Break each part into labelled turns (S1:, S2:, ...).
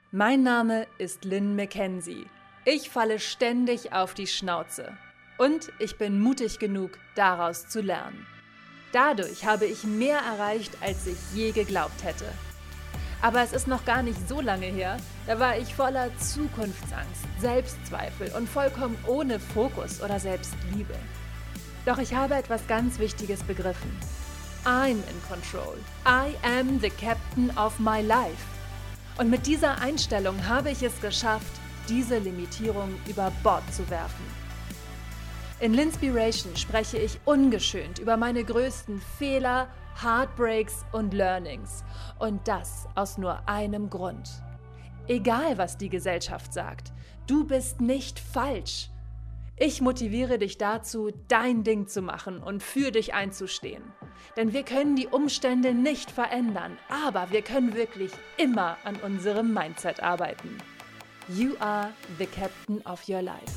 S1: Mein Name ist Lynn McKenzie. Ich falle ständig auf die Schnauze. Und ich bin mutig genug, daraus zu lernen. Dadurch habe ich mehr erreicht, als ich je geglaubt hätte. Aber es ist noch gar nicht so lange her, da war ich voller Zukunftsangst, Selbstzweifel und vollkommen ohne Fokus oder Selbstliebe. Doch ich habe etwas ganz Wichtiges begriffen. I'm in control. I am the captain of my life. Und mit dieser Einstellung habe ich es geschafft, diese Limitierung über Bord zu werfen. In Linspiration spreche ich ungeschönt über meine größten Fehler, Heartbreaks und Learnings. Und das aus nur einem Grund. Egal, was die Gesellschaft sagt, du bist nicht falsch. Ich motiviere dich dazu, dein Ding zu machen und für dich einzustehen. Denn wir können die Umstände nicht verändern, aber wir können wirklich immer an unserem Mindset arbeiten. You are the captain of your life.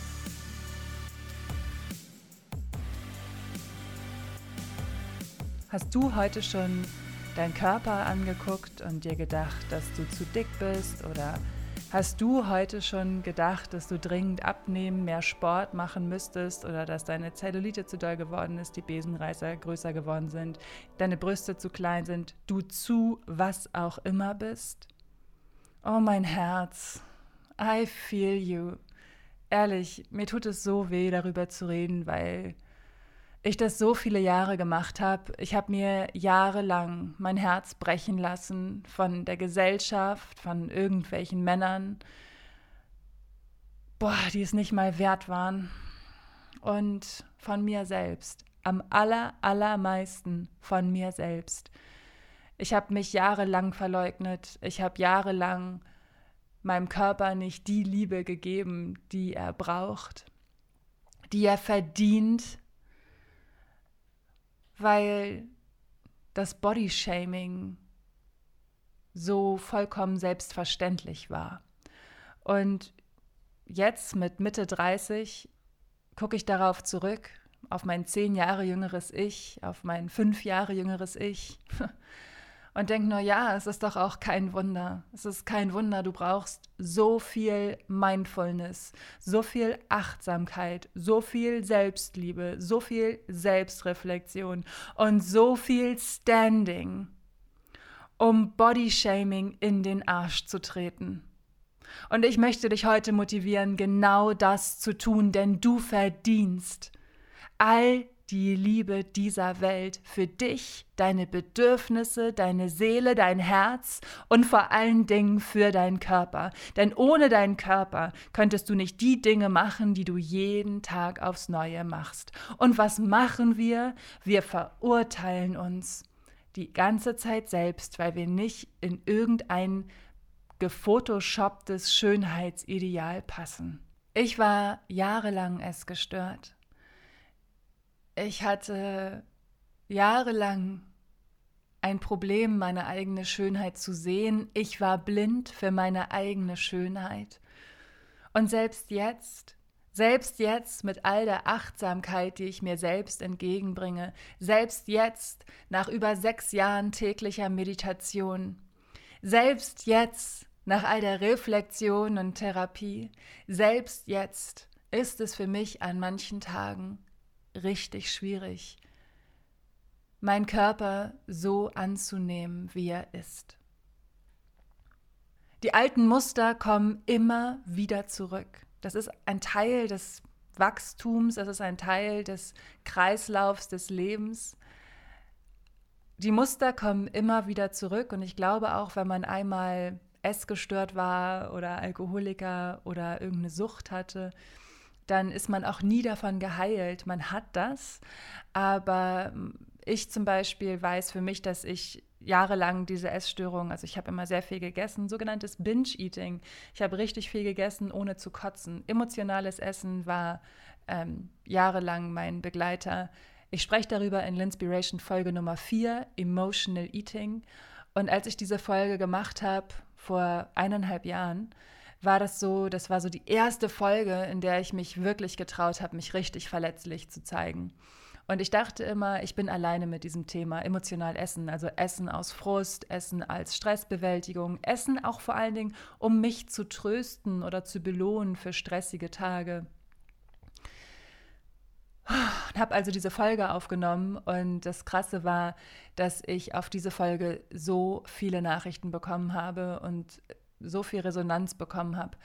S1: Hast du heute schon deinen Körper angeguckt und dir gedacht, dass du zu dick bist? Oder hast du heute schon gedacht, dass du dringend abnehmen, mehr Sport machen müsstest oder dass deine Zellulite zu doll geworden ist, die Besenreißer größer geworden sind, deine Brüste zu klein sind, du zu was auch immer bist? Oh mein Herz, I feel you. Ehrlich, mir tut es so weh, darüber zu reden, weil ich das so viele Jahre gemacht habe. Ich habe mir jahrelang mein Herz brechen lassen von der Gesellschaft, von irgendwelchen Männern, die es nicht mal wert waren. Und von mir selbst, am allermeisten von mir selbst. Ich habe mich jahrelang verleugnet. Ich habe jahrelang meinem Körper nicht die Liebe gegeben, die er braucht, die er verdient, weil das Bodyshaming so vollkommen selbstverständlich war. Und jetzt mit Mitte 30 gucke ich darauf zurück, auf mein 10 Jahre jüngeres Ich, auf mein 5 Jahre jüngeres Ich und denke nur, ja, es ist doch auch kein Wunder. Es ist kein Wunder, du brauchst so viel Mindfulness, so viel Achtsamkeit, so viel Selbstliebe, so viel Selbstreflexion und so viel Standing, um Bodyshaming in den Arsch zu treten. Und ich möchte dich heute motivieren, genau das zu tun, denn du verdienst all die Liebe dieser Welt für dich, deine Bedürfnisse, deine Seele, dein Herz und vor allen Dingen für deinen Körper. Denn ohne deinen Körper könntest du nicht die Dinge machen, die du jeden Tag aufs Neue machst. Und was machen wir? Wir verurteilen uns die ganze Zeit selbst, weil wir nicht in irgendein gefotoshopptes Schönheitsideal passen. Ich war jahrelang essgestört. Ich hatte jahrelang ein Problem, meine eigene Schönheit zu sehen. Ich war blind für meine eigene Schönheit. Und selbst jetzt mit all der Achtsamkeit, die ich mir selbst entgegenbringe, selbst jetzt nach über 6 Jahren täglicher Meditation, selbst jetzt nach all der Reflexion und Therapie, selbst jetzt ist es für mich an manchen Tagen richtig schwierig, meinen Körper so anzunehmen, wie er ist. Die alten Muster kommen immer wieder zurück. Das ist ein Teil des Wachstums, das ist ein Teil des Kreislaufs des Lebens. Die Muster kommen immer wieder zurück und ich glaube auch, wenn man einmal essgestört war oder Alkoholiker oder irgendeine Sucht hatte, dann ist man auch nie davon geheilt. Man hat das, aber ich zum Beispiel weiß für mich, dass ich jahrelang diese Essstörung, also ich habe immer sehr viel gegessen, sogenanntes Binge-Eating. Ich habe richtig viel gegessen, ohne zu kotzen. Emotionales Essen war jahrelang mein Begleiter. Ich spreche darüber in Linspiration Folge Nummer 4, Emotional Eating. Und als ich diese Folge gemacht habe, vor 1,5 Jahren, das war so die erste Folge, in der ich mich wirklich getraut habe, mich richtig verletzlich zu zeigen. Und ich dachte immer, ich bin alleine mit diesem Thema emotional Essen, also Essen aus Frust, Essen als Stressbewältigung, Essen auch vor allen Dingen, um mich zu trösten oder zu belohnen für stressige Tage. Und habe also diese Folge aufgenommen und das Krasse war, dass ich auf diese Folge so viele Nachrichten bekommen habe und so viel Resonanz bekommen habe.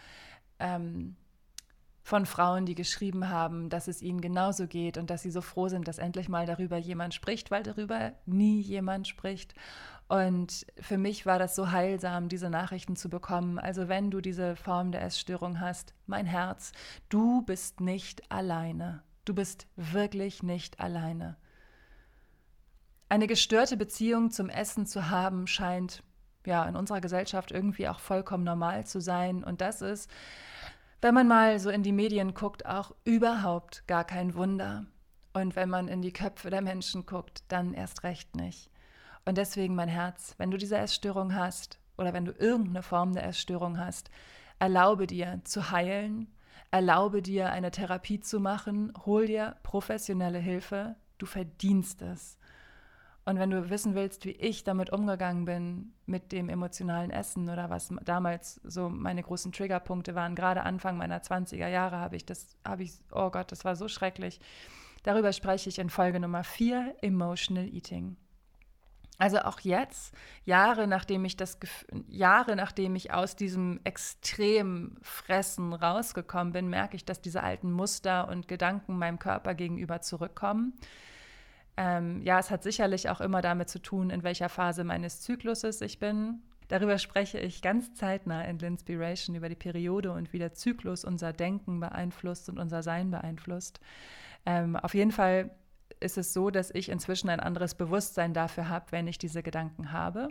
S1: Von Frauen, die geschrieben haben, dass es ihnen genauso geht und dass sie so froh sind, dass endlich mal darüber jemand spricht, weil darüber nie jemand spricht. Und für mich war das so heilsam, diese Nachrichten zu bekommen. Also wenn du diese Form der Essstörung hast, mein Herz, du bist nicht alleine. Du bist wirklich nicht alleine. Eine gestörte Beziehung zum Essen zu haben, scheint ja in unserer Gesellschaft irgendwie auch vollkommen normal zu sein. Und das ist, wenn man mal so in die Medien guckt, auch überhaupt gar kein Wunder. Und wenn man in die Köpfe der Menschen guckt, dann erst recht nicht. Und deswegen, mein Herz, wenn du diese Essstörung hast oder wenn du irgendeine Form der Essstörung hast, erlaube dir zu heilen, erlaube dir eine Therapie zu machen, hol dir professionelle Hilfe, du verdienst es. Und wenn du wissen willst, wie ich damit umgegangen bin, mit dem emotionalen Essen oder was damals so meine großen Triggerpunkte waren, gerade Anfang meiner 20er Jahre oh Gott, das war so schrecklich. Darüber spreche ich in Folge Nummer 4, Emotional Eating. Also auch jetzt, Jahre nachdem ich aus diesem extremen Fressen rausgekommen bin, merke ich, dass diese alten Muster und Gedanken meinem Körper gegenüber zurückkommen. Es hat sicherlich auch immer damit zu tun, in welcher Phase meines Zykluses ich bin. Darüber spreche ich ganz zeitnah in Linspiration über die Periode und wie der Zyklus unser Denken beeinflusst und unser Sein beeinflusst. Auf jeden Fall ist es so, dass ich inzwischen ein anderes Bewusstsein dafür habe, wenn ich diese Gedanken habe.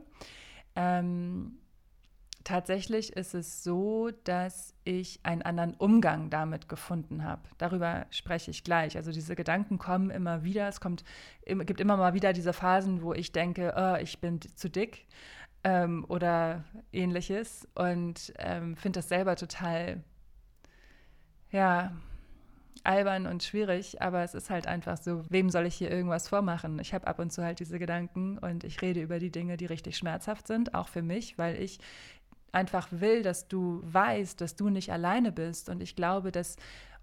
S1: Tatsächlich ist es so, dass ich einen anderen Umgang damit gefunden habe. Darüber spreche ich gleich. Also diese Gedanken kommen immer wieder. Gibt immer mal wieder diese Phasen, wo ich denke, oh, ich bin zu dick oder ähnliches und finde das selber total, albern und schwierig, aber es ist halt einfach so, wem soll ich hier irgendwas vormachen? Ich habe ab und zu halt diese Gedanken und ich rede über die Dinge, die richtig schmerzhaft sind, auch für mich, weil ich einfach will, dass du weißt, dass du nicht alleine bist. Und ich glaube, dass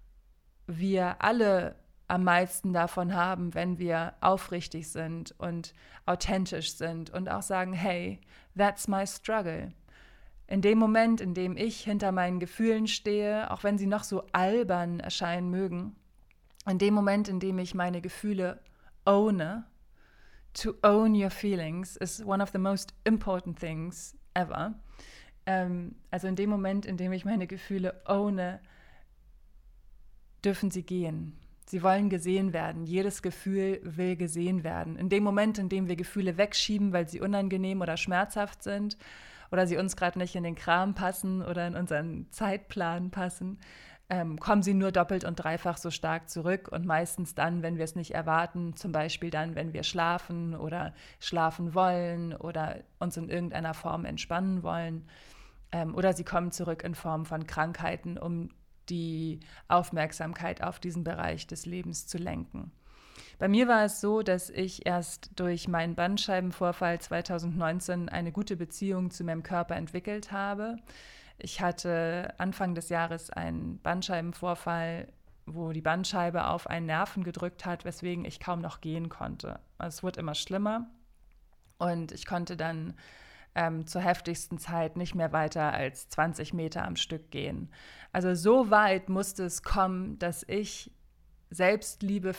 S1: wir alle am meisten davon haben, wenn wir aufrichtig sind und authentisch sind und auch sagen, hey, that's my struggle. In dem Moment, in dem ich hinter meinen Gefühlen stehe, auch wenn sie noch so albern erscheinen mögen, in dem Moment, in dem ich meine Gefühle owne, to own your feelings is one of the most important things ever. Also in dem Moment, in dem ich meine Gefühle owne, dürfen sie gehen. Sie wollen gesehen werden. Jedes Gefühl will gesehen werden. In dem Moment, in dem wir Gefühle wegschieben, weil sie unangenehm oder schmerzhaft sind oder sie uns gerade nicht in den Kram passen oder in unseren Zeitplan passen, kommen sie nur doppelt und dreifach so stark zurück und meistens dann, wenn wir es nicht erwarten, zum Beispiel dann, wenn wir schlafen oder schlafen wollen oder uns in irgendeiner Form entspannen wollen. Oder sie kommen zurück in Form von Krankheiten, um die Aufmerksamkeit auf diesen Bereich des Lebens zu lenken. Bei mir war es so, dass ich erst durch meinen Bandscheibenvorfall 2019 eine gute Beziehung zu meinem Körper entwickelt habe. Ich hatte Anfang des Jahres einen Bandscheibenvorfall, wo die Bandscheibe auf einen Nerven gedrückt hat, weswegen ich kaum noch gehen konnte. Es wurde immer schlimmer und ich konnte dann zur heftigsten Zeit nicht mehr weiter als 20 Meter am Stück gehen. Also so weit musste es kommen, dass ich Selbstliebe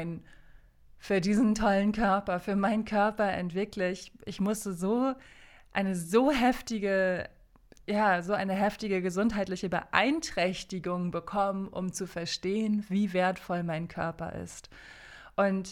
S1: für diesen tollen Körper, für meinen Körper entwickle. Ich musste so eine heftige gesundheitliche Beeinträchtigung bekommen, um zu verstehen, wie wertvoll mein Körper ist. Und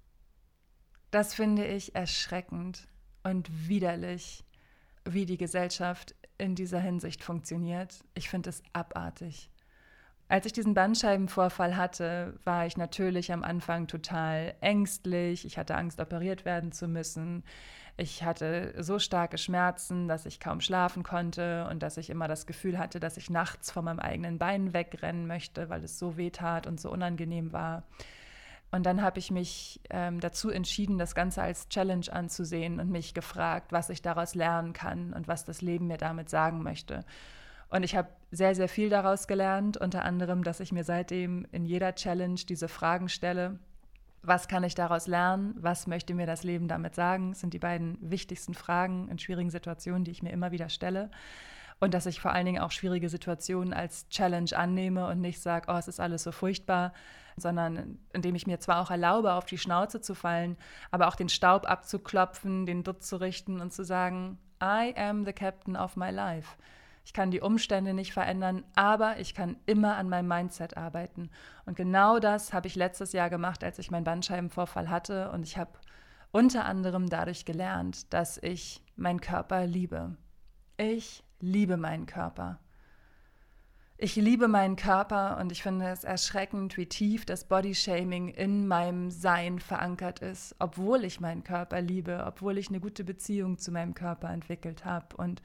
S1: das finde ich erschreckend und widerlich, wie die Gesellschaft in dieser Hinsicht funktioniert. Ich finde es abartig. Als ich diesen Bandscheibenvorfall hatte, war ich natürlich am Anfang total ängstlich. Ich hatte Angst, operiert werden zu müssen. Ich hatte so starke Schmerzen, dass ich kaum schlafen konnte und dass ich immer das Gefühl hatte, dass ich nachts von meinem eigenen Bein wegrennen möchte, weil es so weh tat und so unangenehm war. Und dann habe ich mich dazu entschieden, das Ganze als Challenge anzusehen und mich gefragt, was ich daraus lernen kann und was das Leben mir damit sagen möchte. Und ich habe sehr, sehr viel daraus gelernt, unter anderem, dass ich mir seitdem in jeder Challenge diese Fragen stelle. Was kann ich daraus lernen? Was möchte mir das Leben damit sagen? Das sind die beiden wichtigsten Fragen in schwierigen Situationen, die ich mir immer wieder stelle. Und dass ich vor allen Dingen auch schwierige Situationen als Challenge annehme und nicht sage, oh, es ist alles so furchtbar, sondern indem ich mir zwar auch erlaube, auf die Schnauze zu fallen, aber auch den Staub abzuklopfen, den Dutt zu richten und zu sagen, I am the captain of my life. Ich kann die Umstände nicht verändern, aber ich kann immer an meinem Mindset arbeiten. Und genau das habe ich letztes Jahr gemacht, als ich meinen Bandscheibenvorfall hatte. Und ich habe unter anderem dadurch gelernt, dass ich meinen Körper liebe. Ich liebe meinen Körper. Ich liebe meinen Körper und ich finde es erschreckend, wie tief das Bodyshaming in meinem Sein verankert ist, obwohl ich meinen Körper liebe, obwohl ich eine gute Beziehung zu meinem Körper entwickelt habe und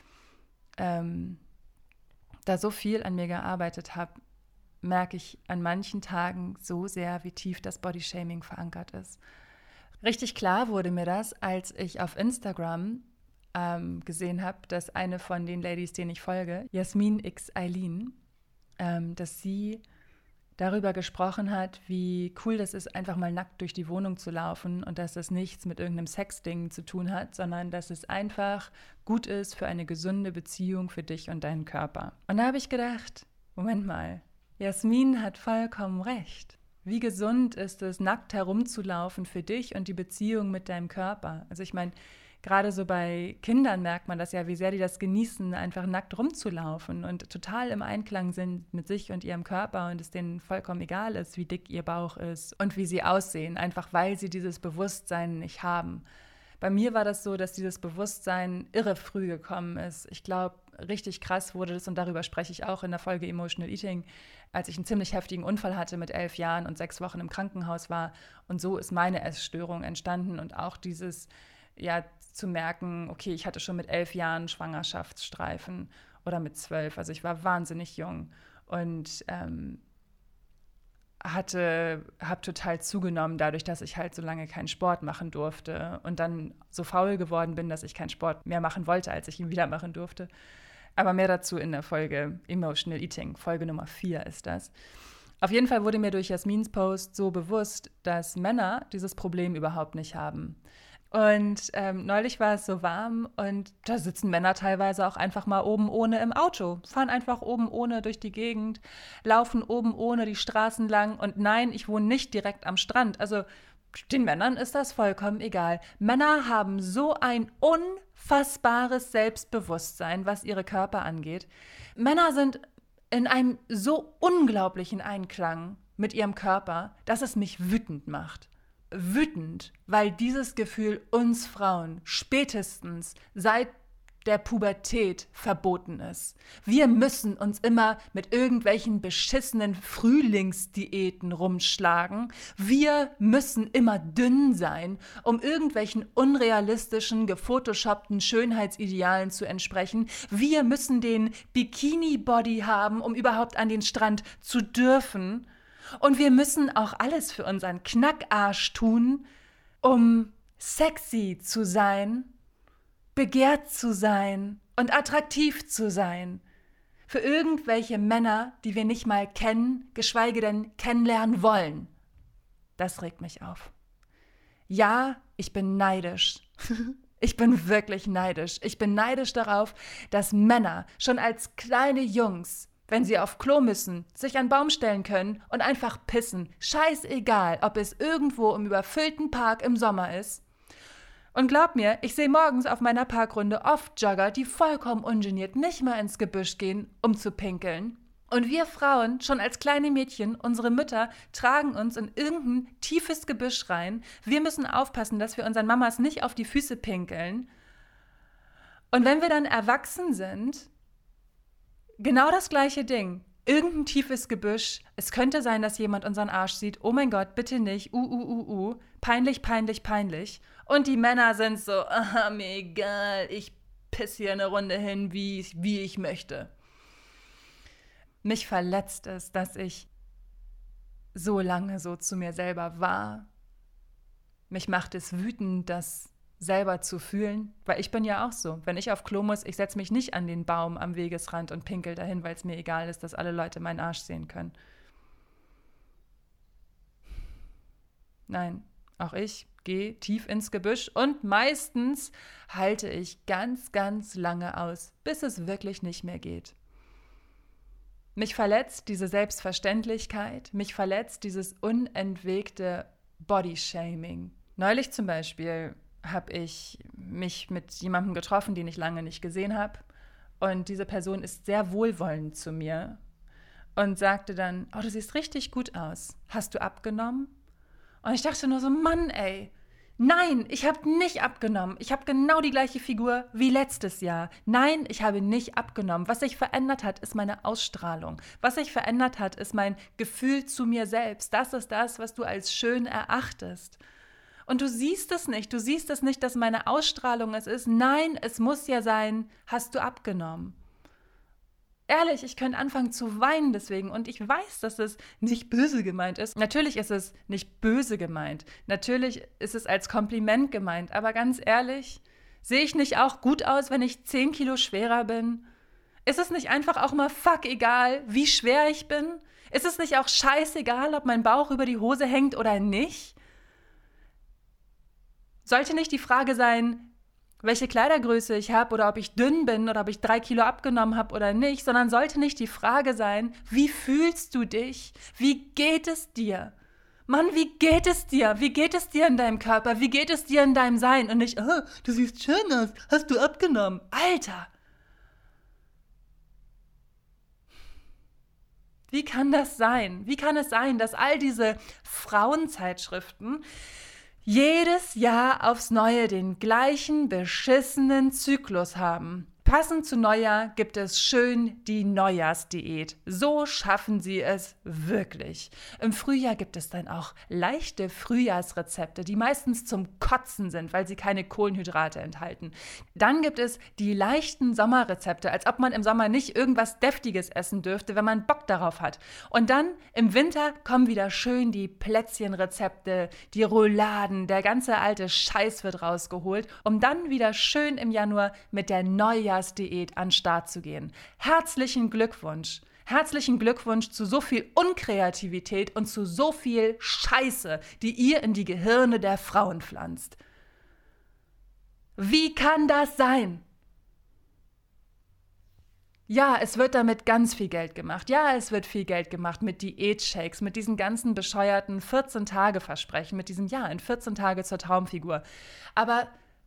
S1: da so viel an mir gearbeitet habe, merke ich an manchen Tagen so sehr, wie tief das Bodyshaming verankert ist. Richtig klar wurde mir das, als ich auf Instagram gesehen habe, dass eine von den Ladies, denen ich folge, Jasmin X Eileen, dass sie darüber gesprochen hat, wie cool das ist, einfach mal nackt durch die Wohnung zu laufen und dass das nichts mit irgendeinem Sexding zu tun hat, sondern dass es einfach gut ist für eine gesunde Beziehung für dich und deinen Körper. Und da habe ich gedacht, Moment mal, Jasmin hat vollkommen recht. Wie gesund ist es, nackt herumzulaufen für dich und die Beziehung mit deinem Körper? Also ich meine, gerade so bei Kindern merkt man das ja, wie sehr die das genießen, einfach nackt rumzulaufen und total im Einklang sind mit sich und ihrem Körper und es denen vollkommen egal ist, wie dick ihr Bauch ist und wie sie aussehen, einfach weil sie dieses Bewusstsein nicht haben. Bei mir war das so, dass dieses Bewusstsein irre früh gekommen ist. Ich glaube, richtig krass wurde das, und darüber spreche ich auch in der Folge Emotional Eating, als ich einen ziemlich heftigen Unfall hatte mit 11 Jahren und 6 Wochen im Krankenhaus war. Und so ist meine Essstörung entstanden und auch dieses, ja, zu merken, okay, ich hatte schon mit 11 Jahren Schwangerschaftsstreifen oder mit 12, also ich war wahnsinnig jung und habe total zugenommen dadurch, dass ich halt so lange keinen Sport machen durfte und dann so faul geworden bin, dass ich keinen Sport mehr machen wollte, als ich ihn wieder machen durfte. Aber mehr dazu in der Folge Emotional Eating, Folge Nummer 4 ist das. Auf jeden Fall wurde mir durch Jasmins Post so bewusst, dass Männer dieses Problem überhaupt nicht haben. Und neulich war es so warm und da sitzen Männer teilweise auch einfach mal oben ohne im Auto, fahren einfach oben ohne durch die Gegend, laufen oben ohne die Straßen lang. Und nein, ich wohne nicht direkt am Strand. Also den Männern ist das vollkommen egal. Männer haben so ein unfassbares Selbstbewusstsein, was ihre Körper angeht. Männer sind in einem so unglaublichen Einklang mit ihrem Körper, dass es mich wütend macht. Wütend, weil dieses Gefühl uns Frauen spätestens seit der Pubertät verboten ist. Wir müssen uns immer mit irgendwelchen beschissenen Frühlingsdiäten rumschlagen. Wir müssen immer dünn sein, um irgendwelchen unrealistischen, gefotoshoppten Schönheitsidealen zu entsprechen. Wir müssen den Bikini-Body haben, um überhaupt an den Strand zu dürfen. Und wir müssen auch alles für unseren Knackarsch tun, um sexy zu sein, begehrt zu sein und attraktiv zu sein. Für irgendwelche Männer, die wir nicht mal kennen, geschweige denn kennenlernen wollen. Das regt mich auf. Ja, ich bin neidisch. Ich bin wirklich neidisch. Ich bin neidisch darauf, dass Männer schon als kleine Jungs, wenn sie auf Klo müssen, sich an den Baum stellen können und einfach pissen. Scheißegal, ob es irgendwo im überfüllten Park im Sommer ist. Und glaub mir, ich sehe morgens auf meiner Parkrunde oft Jogger, die vollkommen ungeniert nicht mal ins Gebüsch gehen, um zu pinkeln. Und wir Frauen, schon als kleine Mädchen, unsere Mütter, tragen uns in irgendein tiefes Gebüsch rein. Wir müssen aufpassen, dass wir unseren Mamas nicht auf die Füße pinkeln. Und wenn wir dann erwachsen sind, genau das gleiche Ding. Irgendein tiefes Gebüsch. Es könnte sein, dass jemand unseren Arsch sieht. Oh mein Gott, bitte nicht. Peinlich, peinlich, peinlich. Und die Männer sind so, mir egal, ich piss hier eine Runde hin, wie ich möchte. Mich verletzt es, dass ich so lange so zu mir selber war. Mich macht es wütend, das selber zu fühlen, weil ich bin ja auch so. Wenn ich auf Klo muss, ich setze mich nicht an den Baum am Wegesrand und pinkel dahin, weil es mir egal ist, dass alle Leute meinen Arsch sehen können. Nein, auch ich gehe tief ins Gebüsch und meistens halte ich ganz, ganz lange aus, bis es wirklich nicht mehr geht. Mich verletzt diese Selbstverständlichkeit, mich verletzt dieses unentwegte Bodyshaming. Neulich zum Beispiel habe ich mich mit jemandem getroffen, den ich lange nicht gesehen habe. Und diese Person ist sehr wohlwollend zu mir und sagte dann, oh, du siehst richtig gut aus. Hast du abgenommen? Und ich dachte nur so, Mann, ey, nein, ich habe nicht abgenommen. Ich habe genau die gleiche Figur wie letztes Jahr. Nein, ich habe nicht abgenommen. Was sich verändert hat, ist meine Ausstrahlung. Was sich verändert hat, ist mein Gefühl zu mir selbst. Das ist das, was du als schön erachtest. Und du siehst es nicht. Du siehst es nicht, dass meine Ausstrahlung es ist. Nein, es muss ja sein, hast du abgenommen. Ehrlich, ich könnte anfangen zu weinen deswegen und ich weiß, dass es nicht böse gemeint ist. Natürlich ist es nicht böse gemeint. Natürlich ist es als Kompliment gemeint. Aber ganz ehrlich, sehe ich nicht auch gut aus, wenn ich 10 Kilo schwerer bin? Ist es nicht einfach auch mal fuck egal, wie schwer ich bin? Ist es nicht auch scheißegal, ob mein Bauch über die Hose hängt oder nicht? Sollte nicht die Frage sein, welche Kleidergröße ich habe oder ob ich dünn bin oder ob ich 3 Kilo abgenommen habe oder nicht, sondern sollte nicht die Frage sein, wie fühlst du dich? Wie geht es dir? Mann, wie geht es dir? Wie geht es dir in deinem Körper? Wie geht es dir in deinem Sein? Und nicht, oh, du siehst schön aus, hast du abgenommen? Alter! Wie kann das sein? Wie kann es sein, dass all diese Frauenzeitschriften jedes Jahr aufs Neue den gleichen beschissenen Zyklus haben? Passend zu Neujahr gibt es schön die Neujahrsdiät. So schaffen sie es wirklich. Im Frühjahr gibt es dann auch leichte Frühjahrsrezepte, die meistens zum Kotzen sind, weil sie keine Kohlenhydrate enthalten. Dann gibt es die leichten Sommerrezepte, als ob man im Sommer nicht irgendwas Deftiges essen dürfte, wenn man Bock darauf hat. Und dann im Winter kommen wieder schön die Plätzchenrezepte, die Rouladen, der ganze alte Scheiß wird rausgeholt, um dann wieder schön im Januar mit der Neujahrsdiät an den Start zu gehen. Herzlichen Glückwunsch. Herzlichen Glückwunsch zu so viel Unkreativität und zu so viel Scheiße, die ihr in die Gehirne der Frauen pflanzt. Wie kann das sein? Ja, es wird damit ganz viel Geld gemacht. Ja, es wird viel Geld gemacht mit Diätshakes, mit diesen ganzen bescheuerten 14-Tage-Versprechen, mit diesem in 14 Tage zur Traumfigur. Aber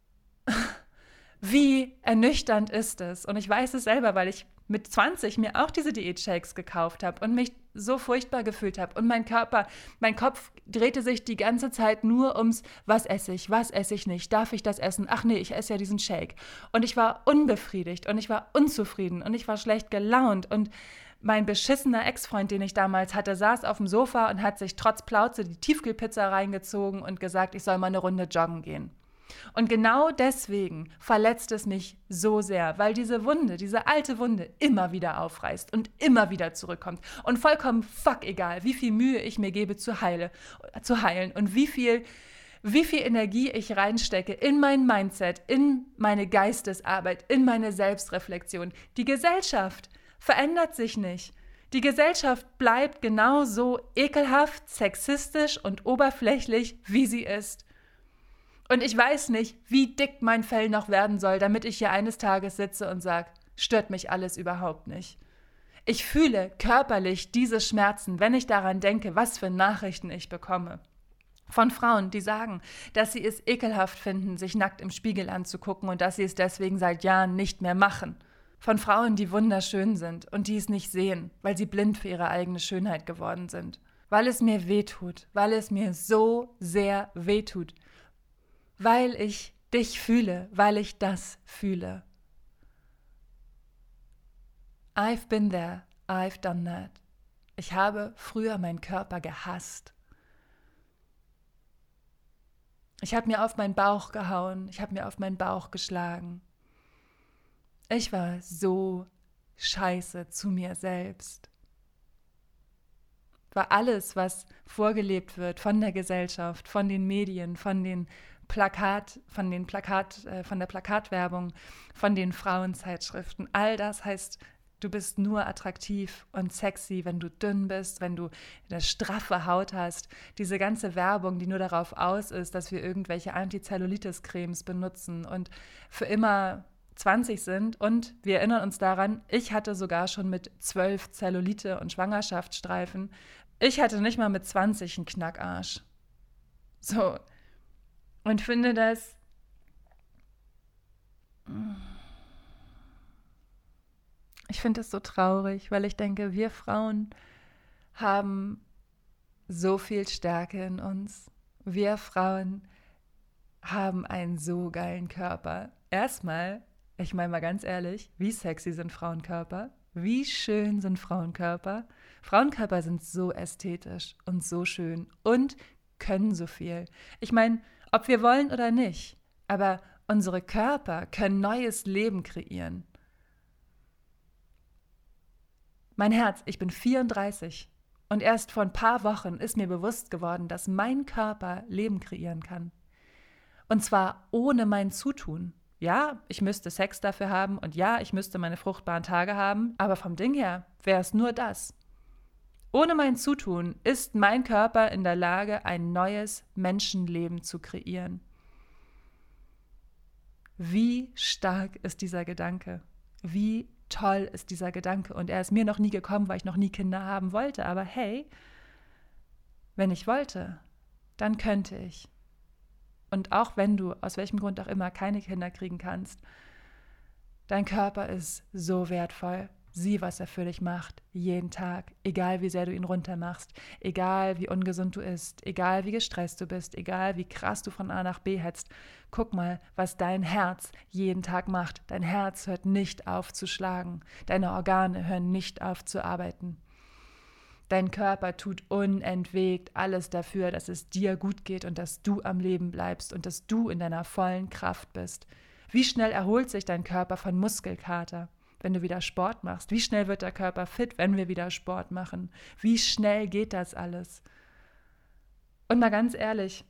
S1: wie ernüchternd ist es? Und ich weiß es selber, weil ich mit 20 mir auch diese Diätshakes gekauft habe und mich so furchtbar gefühlt habe. Und mein Kopf drehte sich die ganze Zeit nur ums, was esse ich nicht, darf ich das essen? Ach nee, ich esse ja diesen Shake. Und ich war unbefriedigt und ich war unzufrieden und ich war schlecht gelaunt. Und mein beschissener Ex-Freund, den ich damals hatte, saß auf dem Sofa und hat sich trotz Plauze die Tiefkühlpizza reingezogen und gesagt, ich soll mal eine Runde joggen gehen. Und genau deswegen verletzt es mich so sehr, weil diese Wunde, diese alte Wunde immer wieder aufreißt und immer wieder zurückkommt. Und vollkommen fuck egal, wie viel Mühe ich mir gebe zu heilen und wie viel Energie ich reinstecke in mein Mindset, in meine Geistesarbeit, in meine Selbstreflexion. Die Gesellschaft verändert sich nicht. Die Gesellschaft bleibt genauso ekelhaft, sexistisch und oberflächlich, wie sie ist. Und ich weiß nicht, wie dick mein Fell noch werden soll, damit ich hier eines Tages sitze und sage, stört mich alles überhaupt nicht. Ich fühle körperlich diese Schmerzen, wenn ich daran denke, was für Nachrichten ich bekomme. Von Frauen, die sagen, dass sie es ekelhaft finden, sich nackt im Spiegel anzugucken und dass sie es deswegen seit Jahren nicht mehr machen. Von Frauen, die wunderschön sind und die es nicht sehen, weil sie blind für ihre eigene Schönheit geworden sind. Weil es mir wehtut, weil es mir so sehr wehtut. Weil ich dich fühle, weil ich das fühle. I've been there, I've done that. Ich habe früher meinen Körper gehasst. Ich habe mir auf meinen Bauch gehauen, ich habe mir auf meinen Bauch geschlagen. Ich war so scheiße zu mir selbst. Weil alles, was vorgelebt wird von der Gesellschaft, von den Medien, von der Plakatwerbung, von den Frauenzeitschriften, all das heißt, du bist nur attraktiv und sexy, wenn du dünn bist, wenn du eine straffe Haut hast. Diese ganze Werbung, die nur darauf aus ist, dass wir irgendwelche Anti-Zellulitis-Cremes benutzen und für immer 20 sind. Und wir erinnern uns daran, ich hatte sogar schon mit 12 Zellulite und Schwangerschaftsstreifen. Ich hatte nicht mal mit 20 einen Knackarsch. So. Und finde das... Ich finde es so traurig, weil ich denke, wir Frauen haben so viel Stärke in uns. Wir Frauen haben einen so geilen Körper. Erstmal, ich meine mal ganz ehrlich, wie sexy sind Frauenkörper? Wie schön sind Frauenkörper? Frauenkörper sind so ästhetisch und so schön und können so viel. Ich meine, ob wir wollen oder nicht, aber unsere Körper können neues Leben kreieren. Mein Herz, ich bin 34 und erst vor ein paar Wochen ist mir bewusst geworden, dass mein Körper Leben kreieren kann. Und zwar ohne mein Zutun. Ja, ich müsste Sex dafür haben und ja, ich müsste meine fruchtbaren Tage haben, aber vom Ding her wäre es nur das. Ohne mein Zutun ist mein Körper in der Lage, ein neues Menschenleben zu kreieren. Wie stark ist dieser Gedanke? Wie toll ist dieser Gedanke? Und er ist mir noch nie gekommen, weil ich noch nie Kinder haben wollte. Aber hey, wenn ich wollte, dann könnte ich. Und auch wenn du aus welchem Grund auch immer keine Kinder kriegen kannst, dein Körper ist so wertvoll. Sieh, was er für dich macht, jeden Tag, egal wie sehr du ihn runtermachst, egal wie ungesund du isst, egal wie gestresst du bist, egal wie krass du von A nach B hetzt. Guck mal, was dein Herz jeden Tag macht. Dein Herz hört nicht auf zu schlagen. Deine Organe hören nicht auf zu arbeiten. Dein Körper tut unentwegt alles dafür, dass es dir gut geht und dass du am Leben bleibst und dass du in deiner vollen Kraft bist. Wie schnell erholt sich dein Körper von Muskelkater, wenn du wieder Sport machst? Wie schnell wird der Körper fit, wenn wir wieder Sport machen? Wie schnell geht das alles? Und mal ganz ehrlich,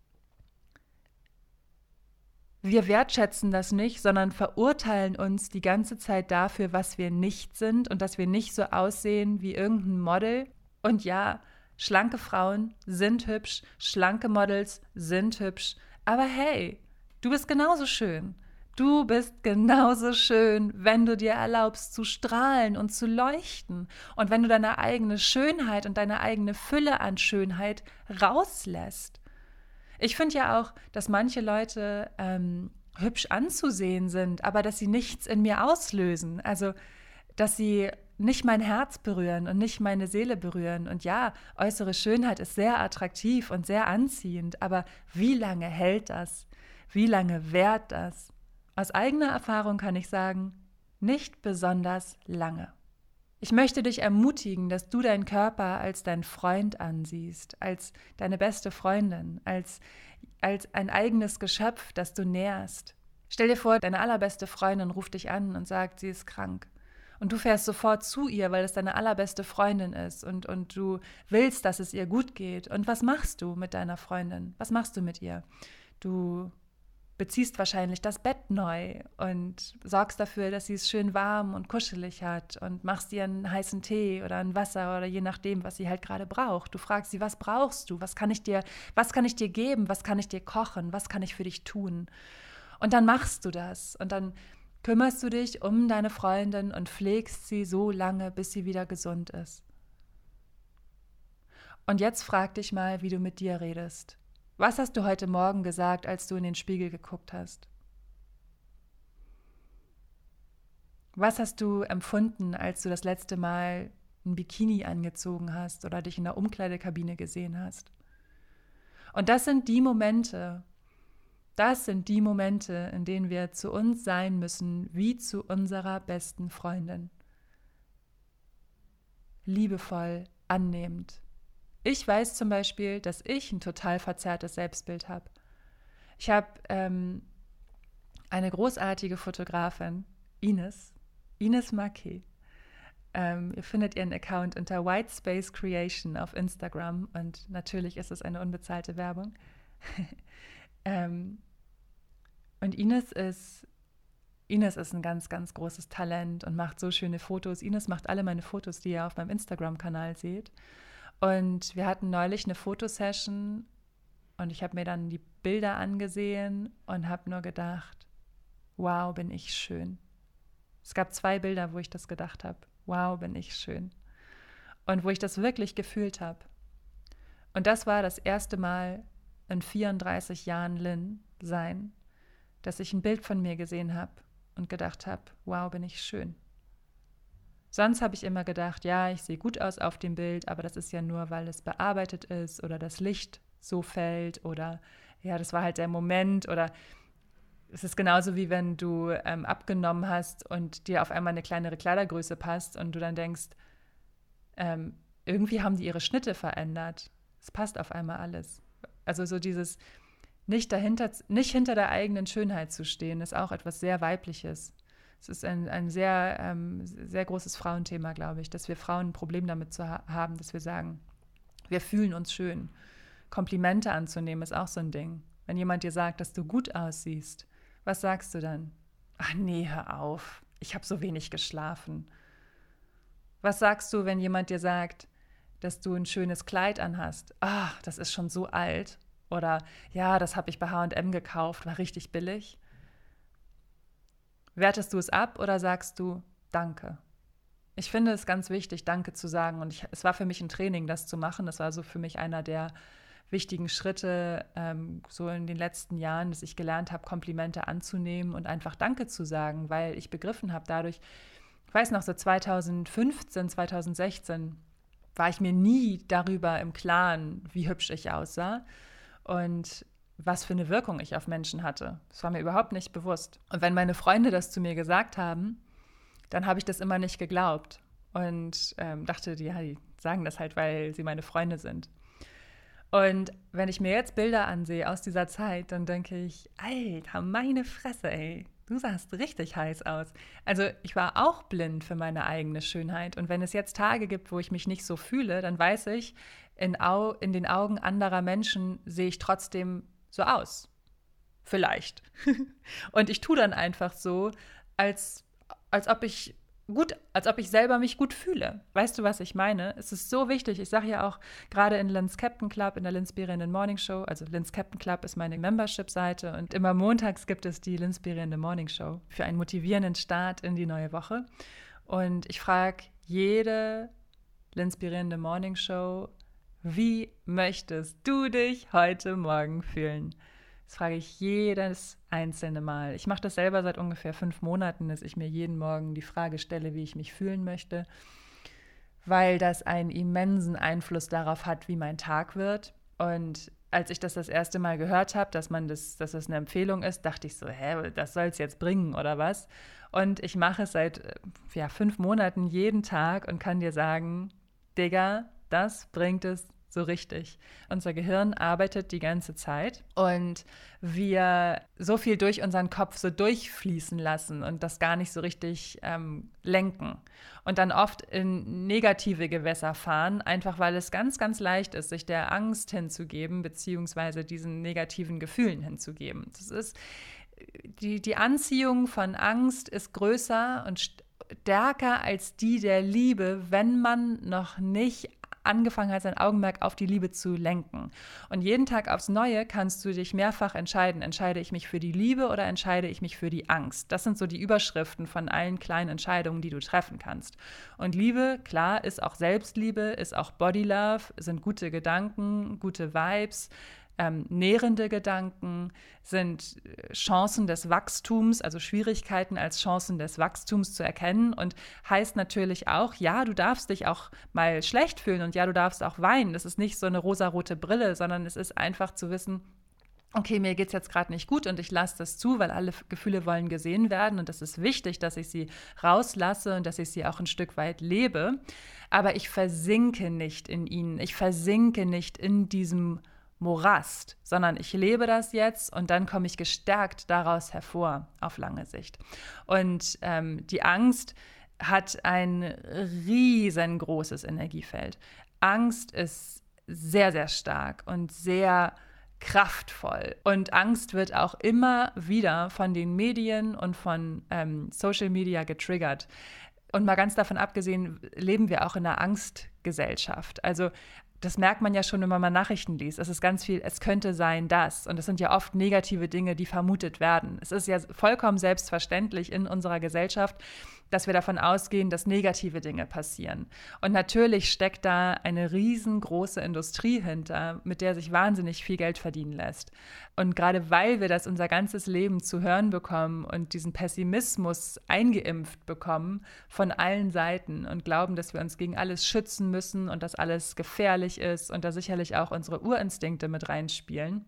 S1: wir wertschätzen das nicht, sondern verurteilen uns die ganze Zeit dafür, was wir nicht sind und dass wir nicht so aussehen wie irgendein Model. Und ja, schlanke Frauen sind hübsch, schlanke Models sind hübsch, aber hey, du bist genauso schön. Du bist genauso schön, wenn du dir erlaubst zu strahlen und zu leuchten und wenn du deine eigene Schönheit und deine eigene Fülle an Schönheit rauslässt. Ich finde ja auch, dass manche Leute hübsch anzusehen sind, aber dass sie nichts in mir auslösen. Also, dass sie nicht mein Herz berühren und nicht meine Seele berühren. Und ja, äußere Schönheit ist sehr attraktiv und sehr anziehend, aber wie lange hält das? Wie lange währt das? Aus eigener Erfahrung kann ich sagen, nicht besonders lange. Ich möchte dich ermutigen, dass du deinen Körper als deinen Freund ansiehst, als deine beste Freundin, als ein eigenes Geschöpf, das du nährst. Stell dir vor, deine allerbeste Freundin ruft dich an und sagt, sie ist krank. Und du fährst sofort zu ihr, weil es deine allerbeste Freundin ist und du willst, dass es ihr gut geht. Und was machst du mit deiner Freundin? Was machst du mit ihr? Du beziehst wahrscheinlich das Bett neu und sorgst dafür, dass sie es schön warm und kuschelig hat und machst ihr einen heißen Tee oder ein Wasser oder je nachdem, was sie halt gerade braucht. Du fragst sie, was brauchst du? Was kann ich dir geben? Was kann ich dir kochen? Was kann ich für dich tun? Und dann machst du das und dann kümmerst du dich um deine Freundin und pflegst sie so lange, bis sie wieder gesund ist. Und jetzt frag dich mal, wie du mit dir redest. Was hast du heute Morgen gesagt, als du in den Spiegel geguckt hast? Was hast du empfunden, als du das letzte Mal ein Bikini angezogen hast oder dich in der Umkleidekabine gesehen hast? Und das sind die Momente, in denen wir zu uns sein müssen, wie zu unserer besten Freundin. Liebevoll, annehmend. Ich weiß zum Beispiel, dass ich ein total verzerrtes Selbstbild habe. Ich habe eine großartige Fotografin, Ines Marquet. Ihr findet ihren Account unter White Space Creation auf Instagram und natürlich ist es eine unbezahlte Werbung. Und Ines ist ein ganz, ganz großes Talent und macht so schöne Fotos. Ines macht alle meine Fotos, die ihr auf meinem Instagram-Kanal seht. Und wir hatten neulich eine Fotosession und ich habe mir dann die Bilder angesehen und habe nur gedacht, wow, bin ich schön. Es gab 2 Bilder, wo ich das gedacht habe. Wow, bin ich schön. Und wo ich das wirklich gefühlt habe. Und das war das erste Mal in 34 Jahren Lynn sein, dass ich ein Bild von mir gesehen habe und gedacht habe, wow, bin ich schön. Sonst habe ich immer gedacht, ja, ich sehe gut aus auf dem Bild, aber das ist ja nur, weil es bearbeitet ist oder das Licht so fällt oder ja, das war halt der Moment oder es ist genauso wie wenn du abgenommen hast und dir auf einmal eine kleinere Kleidergröße passt und du dann denkst, irgendwie haben die ihre Schnitte verändert. Es passt auf einmal alles. Also so dieses nicht hinter der eigenen Schönheit zu stehen, ist auch etwas sehr Weibliches. Es ist ein sehr, sehr großes Frauenthema, glaube ich, dass wir Frauen ein Problem damit haben, dass wir sagen, wir fühlen uns schön. Komplimente anzunehmen ist auch so ein Ding. Wenn jemand dir sagt, dass du gut aussiehst, was sagst du dann? Ach nee, hör auf, ich habe so wenig geschlafen. Was sagst du, wenn jemand dir sagt, dass du ein schönes Kleid anhast? Ach, das ist schon so alt. Oder ja, das habe ich bei H&M gekauft, war richtig billig. Wertest du es ab oder sagst du Danke? Ich finde es ganz wichtig, Danke zu sagen. Und es war für mich ein Training, das zu machen. Das war so für mich einer der wichtigen Schritte so in den letzten Jahren, dass ich gelernt habe, Komplimente anzunehmen und einfach Danke zu sagen, weil ich begriffen habe dadurch, ich weiß noch, so 2015, 2016 war ich mir nie darüber im Klaren, wie hübsch ich aussah und was für eine Wirkung ich auf Menschen hatte. Das war mir überhaupt nicht bewusst. Und wenn meine Freunde das zu mir gesagt haben, dann habe ich das immer nicht geglaubt und dachte, die sagen das halt, weil sie meine Freunde sind. Und wenn ich mir jetzt Bilder ansehe aus dieser Zeit, dann denke ich, Alter, meine Fresse, ey, du sahst richtig heiß aus. Also ich war auch blind für meine eigene Schönheit. Und wenn es jetzt Tage gibt, wo ich mich nicht so fühle, dann weiß ich, in den Augen anderer Menschen sehe ich trotzdem so aus. Vielleicht. Und ich tue dann einfach so, als ob ich selber mich gut fühle. Weißt du, was ich meine? Es ist so wichtig. Ich sage ja auch gerade in Lynn's Captain Club, in der Linspirierenden Morning Show, also Lynn's Captain Club ist meine Membership-Seite und immer montags gibt es die Linspirierende Morning Show für einen motivierenden Start in die neue Woche. Und ich frage jede Linspirierende Morning Show, wie möchtest du dich heute Morgen fühlen? Das frage ich jedes einzelne Mal. Ich mache das selber seit ungefähr 5 Monaten, dass ich mir jeden Morgen die Frage stelle, wie ich mich fühlen möchte, weil das einen immensen Einfluss darauf hat, wie mein Tag wird. Und als ich das erste Mal gehört habe, dass das eine Empfehlung ist, dachte ich so, das soll es jetzt bringen oder was? Und ich mache es seit 5 Monaten jeden Tag und kann dir sagen, Digga, das bringt es so richtig. Unser Gehirn arbeitet die ganze Zeit und wir so viel durch unseren Kopf so durchfließen lassen und das gar nicht so richtig lenken. Und dann oft in negative Gewässer fahren, einfach weil es ganz, ganz leicht ist, sich der Angst hinzugeben, beziehungsweise diesen negativen Gefühlen hinzugeben. Das ist, die Anziehung von Angst ist größer und stärker als die der Liebe, wenn man noch nicht angefangen hat, sein Augenmerk auf die Liebe zu lenken. Und jeden Tag aufs Neue kannst du dich mehrfach entscheiden. Entscheide ich mich für die Liebe oder entscheide ich mich für die Angst? Das sind so die Überschriften von allen kleinen Entscheidungen, die du treffen kannst. Und Liebe, klar, ist auch Selbstliebe, ist auch Body Love, sind gute Gedanken, gute Vibes, nährende Gedanken, sind Chancen des Wachstums, also Schwierigkeiten als Chancen des Wachstums zu erkennen und heißt natürlich auch, ja, du darfst dich auch mal schlecht fühlen und ja, du darfst auch weinen. Das ist nicht so eine rosarote Brille, sondern es ist einfach zu wissen, okay, mir geht es jetzt gerade nicht gut und ich lasse das zu, weil alle Gefühle wollen gesehen werden und es ist wichtig, dass ich sie rauslasse und dass ich sie auch ein Stück weit lebe, aber ich versinke nicht in ihnen, ich versinke nicht in diesem Morast, sondern ich lebe das jetzt und dann komme ich gestärkt daraus hervor auf lange Sicht. Und die Angst hat ein riesengroßes Energiefeld. Angst ist sehr, sehr stark und sehr kraftvoll. Und Angst wird auch immer wieder von den Medien und von Social Media getriggert. Und mal ganz davon abgesehen, leben wir auch in einer Angstgesellschaft. Also das merkt man ja schon, wenn man mal Nachrichten liest. Es ist ganz viel, es könnte sein, das. Und es sind ja oft negative Dinge, die vermutet werden. Es ist ja vollkommen selbstverständlich in unserer Gesellschaft, dass wir davon ausgehen, dass negative Dinge passieren. Und natürlich steckt da eine riesengroße Industrie hinter, mit der sich wahnsinnig viel Geld verdienen lässt. Und gerade weil wir das unser ganzes Leben zu hören bekommen und diesen Pessimismus eingeimpft bekommen von allen Seiten und glauben, dass wir uns gegen alles schützen müssen und dass alles gefährlich ist und da sicherlich auch unsere Urinstinkte mit reinspielen,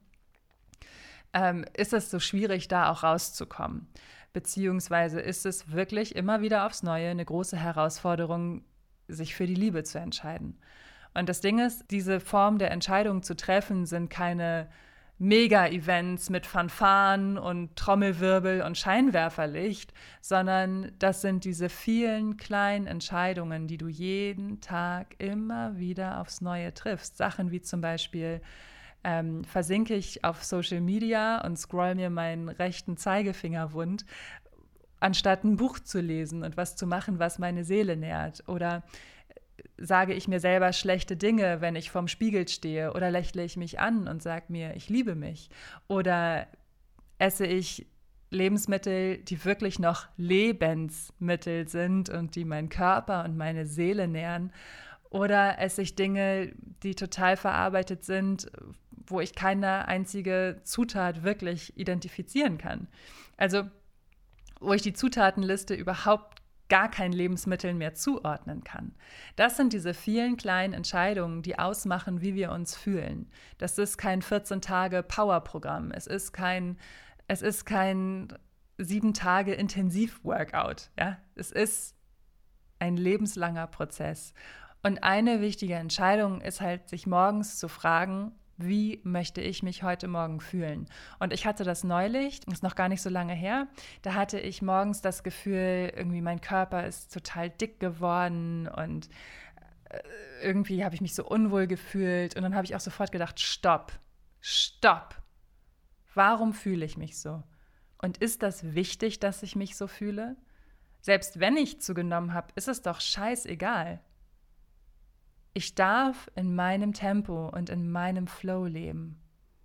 S1: ist es so schwierig, da auch rauszukommen. Beziehungsweise ist es wirklich immer wieder aufs Neue eine große Herausforderung, sich für die Liebe zu entscheiden. Und das Ding ist, diese Form der Entscheidung zu treffen, sind keine Mega-Events mit Fanfaren und Trommelwirbel und Scheinwerferlicht, sondern das sind diese vielen kleinen Entscheidungen, die du jeden Tag immer wieder aufs Neue triffst. Sachen wie zum Beispiel, versinke ich auf Social Media und scroll mir meinen rechten Zeigefinger wund, anstatt ein Buch zu lesen und was zu machen, was meine Seele nährt. Oder sage ich mir selber schlechte Dinge, wenn ich vorm Spiegel stehe, oder lächle ich mich an und sage mir, ich liebe mich. Oder esse ich Lebensmittel, die wirklich noch Lebensmittel sind und die meinen Körper und meine Seele nähren. Oder esse ich Dinge, die total verarbeitet sind, wo ich keine einzige Zutat wirklich identifizieren kann. Also, wo ich die Zutatenliste überhaupt gar kein Lebensmittel mehr zuordnen kann. Das sind diese vielen kleinen Entscheidungen, die ausmachen, wie wir uns fühlen. Das ist kein 14-Tage-Power-Programm. Es ist kein 7-Tage-Intensiv-Workout. Ja? Es ist ein lebenslanger Prozess. Und eine wichtige Entscheidung ist halt, sich morgens zu fragen, wie möchte ich mich heute Morgen fühlen? Und ich hatte das neulich, das ist noch gar nicht so lange her, da hatte ich morgens das Gefühl, irgendwie mein Körper ist total dick geworden und irgendwie habe ich mich so unwohl gefühlt. Und dann habe ich auch sofort gedacht, stopp. Warum fühle ich mich so? Und ist das wichtig, dass ich mich so fühle? Selbst wenn ich zugenommen habe, ist es doch scheißegal. Ich darf in meinem Tempo und in meinem Flow leben.